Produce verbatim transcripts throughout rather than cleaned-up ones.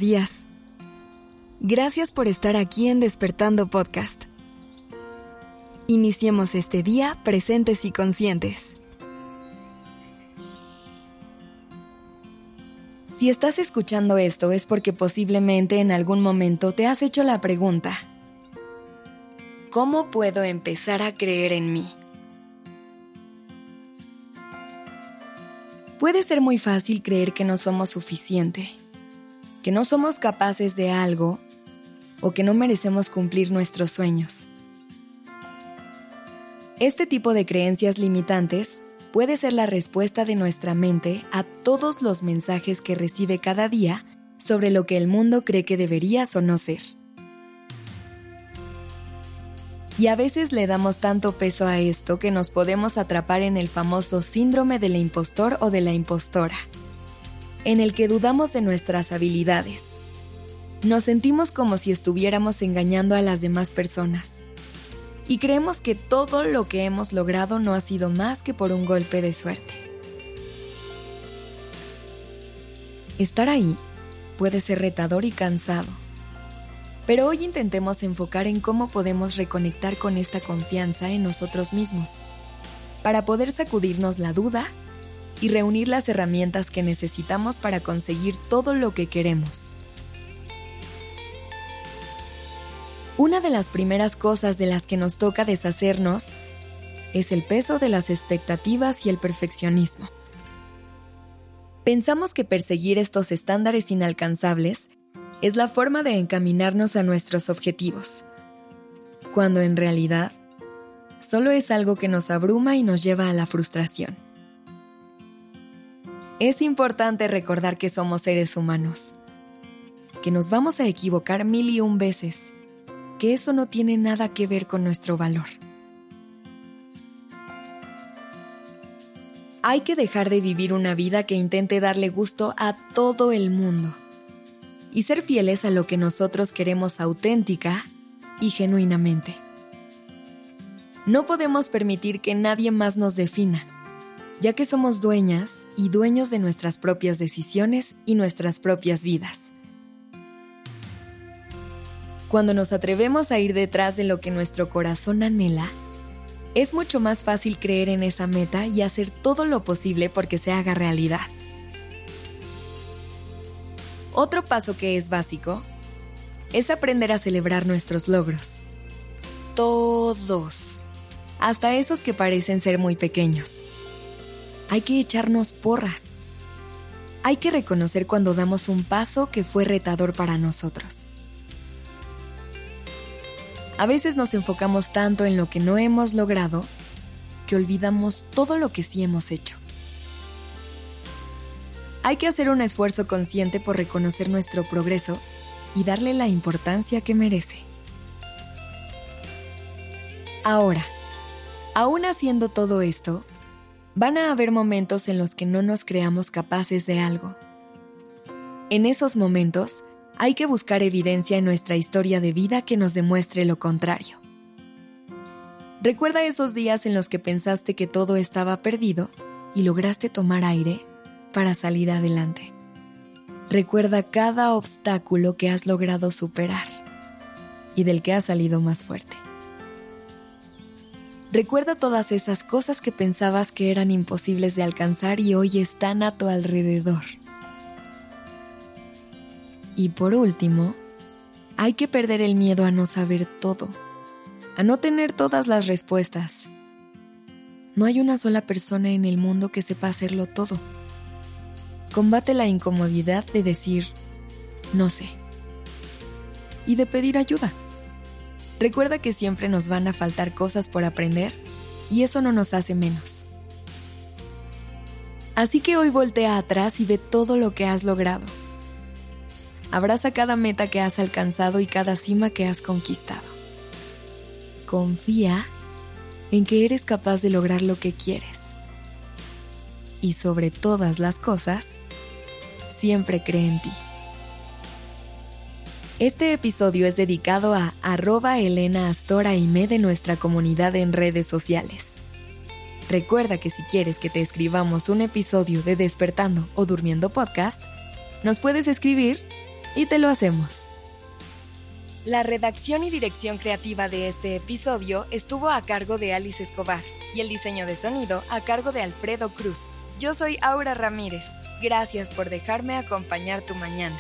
días. Gracias por estar aquí en Despertando Podcast. Iniciemos este día presentes y conscientes. Si estás escuchando esto es porque posiblemente en algún momento te has hecho la pregunta: ¿cómo puedo empezar a creer en mí? Puede ser muy fácil creer que no somos suficiente, que no somos capaces de algo o que no merecemos cumplir nuestros sueños. Este tipo de creencias limitantes puede ser la respuesta de nuestra mente a todos los mensajes que recibe cada día sobre lo que el mundo cree que deberías o no ser. Y a veces le damos tanto peso a esto que nos podemos atrapar en el famoso síndrome del impostor o de la impostora, en el que dudamos de nuestras habilidades. Nos sentimos como si estuviéramos engañando a las demás personas. Y creemos que todo lo que hemos logrado no ha sido más que por un golpe de suerte. Estar ahí puede ser retador y cansado. Pero hoy intentemos enfocar en cómo podemos reconectar con esta confianza en nosotros mismos, para poder sacudirnos la duda y reunir las herramientas que necesitamos para conseguir todo lo que queremos. Una de las primeras cosas de las que nos toca deshacernos es el peso de las expectativas y el perfeccionismo. Pensamos que perseguir estos estándares inalcanzables es la forma de encaminarnos a nuestros objetivos, cuando en realidad solo es algo que nos abruma y nos lleva a la frustración. Es importante recordar que somos seres humanos, que nos vamos a equivocar mil y un veces, que eso no tiene nada que ver con nuestro valor. Hay que dejar de vivir una vida que intente darle gusto a todo el mundo y ser fieles a lo que nosotros queremos auténtica y genuinamente. No podemos permitir que nadie más nos defina, ya que somos dueñas y dueños de nuestras propias decisiones y nuestras propias vidas. Cuando nos atrevemos a ir detrás de lo que nuestro corazón anhela, es mucho más fácil creer en esa meta y hacer todo lo posible porque se haga realidad. Otro paso que es básico es aprender a celebrar nuestros logros. Todos, hasta esos que parecen ser muy pequeños. Hay que echarnos porras. Hay que reconocer cuando damos un paso que fue retador para nosotros. A veces nos enfocamos tanto en lo que no hemos logrado que olvidamos todo lo que sí hemos hecho. Hay que hacer un esfuerzo consciente por reconocer nuestro progreso y darle la importancia que merece. Ahora, aún haciendo todo esto, van a haber momentos en los que no nos creamos capaces de algo. En esos momentos, hay que buscar evidencia en nuestra historia de vida que nos demuestre lo contrario. Recuerda esos días en los que pensaste que todo estaba perdido y lograste tomar aire para salir adelante. Recuerda cada obstáculo que has logrado superar y del que has salido más fuerte. Recuerda todas esas cosas que pensabas que eran imposibles de alcanzar y hoy están a tu alrededor. Y por último, hay que perder el miedo a no saber todo, a no tener todas las respuestas. No hay una sola persona en el mundo que sepa hacerlo todo. Combate la incomodidad de decir, no sé, y de pedir ayuda. Recuerda que siempre nos van a faltar cosas por aprender y eso no nos hace menos. Así que hoy voltea atrás y ve todo lo que has logrado. Abraza cada meta que has alcanzado y cada cima que has conquistado. Confía en que eres capaz de lograr lo que quieres. Y sobre todas las cosas, siempre cree en ti. Este episodio es dedicado a arroba Elena Astora y me de nuestra comunidad en redes sociales. Recuerda que si quieres que te escribamos un episodio de Despertando o Durmiendo Podcast, nos puedes escribir y te lo hacemos. La redacción y dirección creativa de este episodio estuvo a cargo de Alice Escobar y el diseño de sonido a cargo de Alfredo Cruz. Yo soy Aura Ramírez. Gracias por dejarme acompañar tu mañana.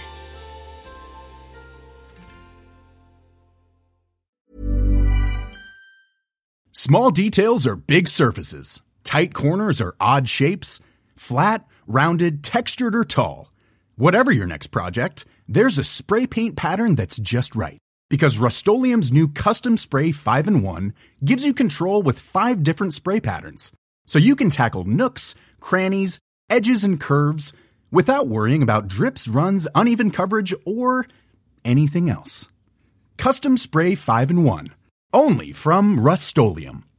Small details are big surfaces. Tight corners are odd shapes. Flat, rounded, textured, or tall. Whatever your next project, there's a spray paint pattern that's just right. Because Rust-Oleum's new Custom Spray five in one gives you control with five different spray patterns. So you can tackle nooks, crannies, edges, and curves without worrying about drips, runs, uneven coverage, or anything else. Custom Spray five in one. Only from Rust-Oleum.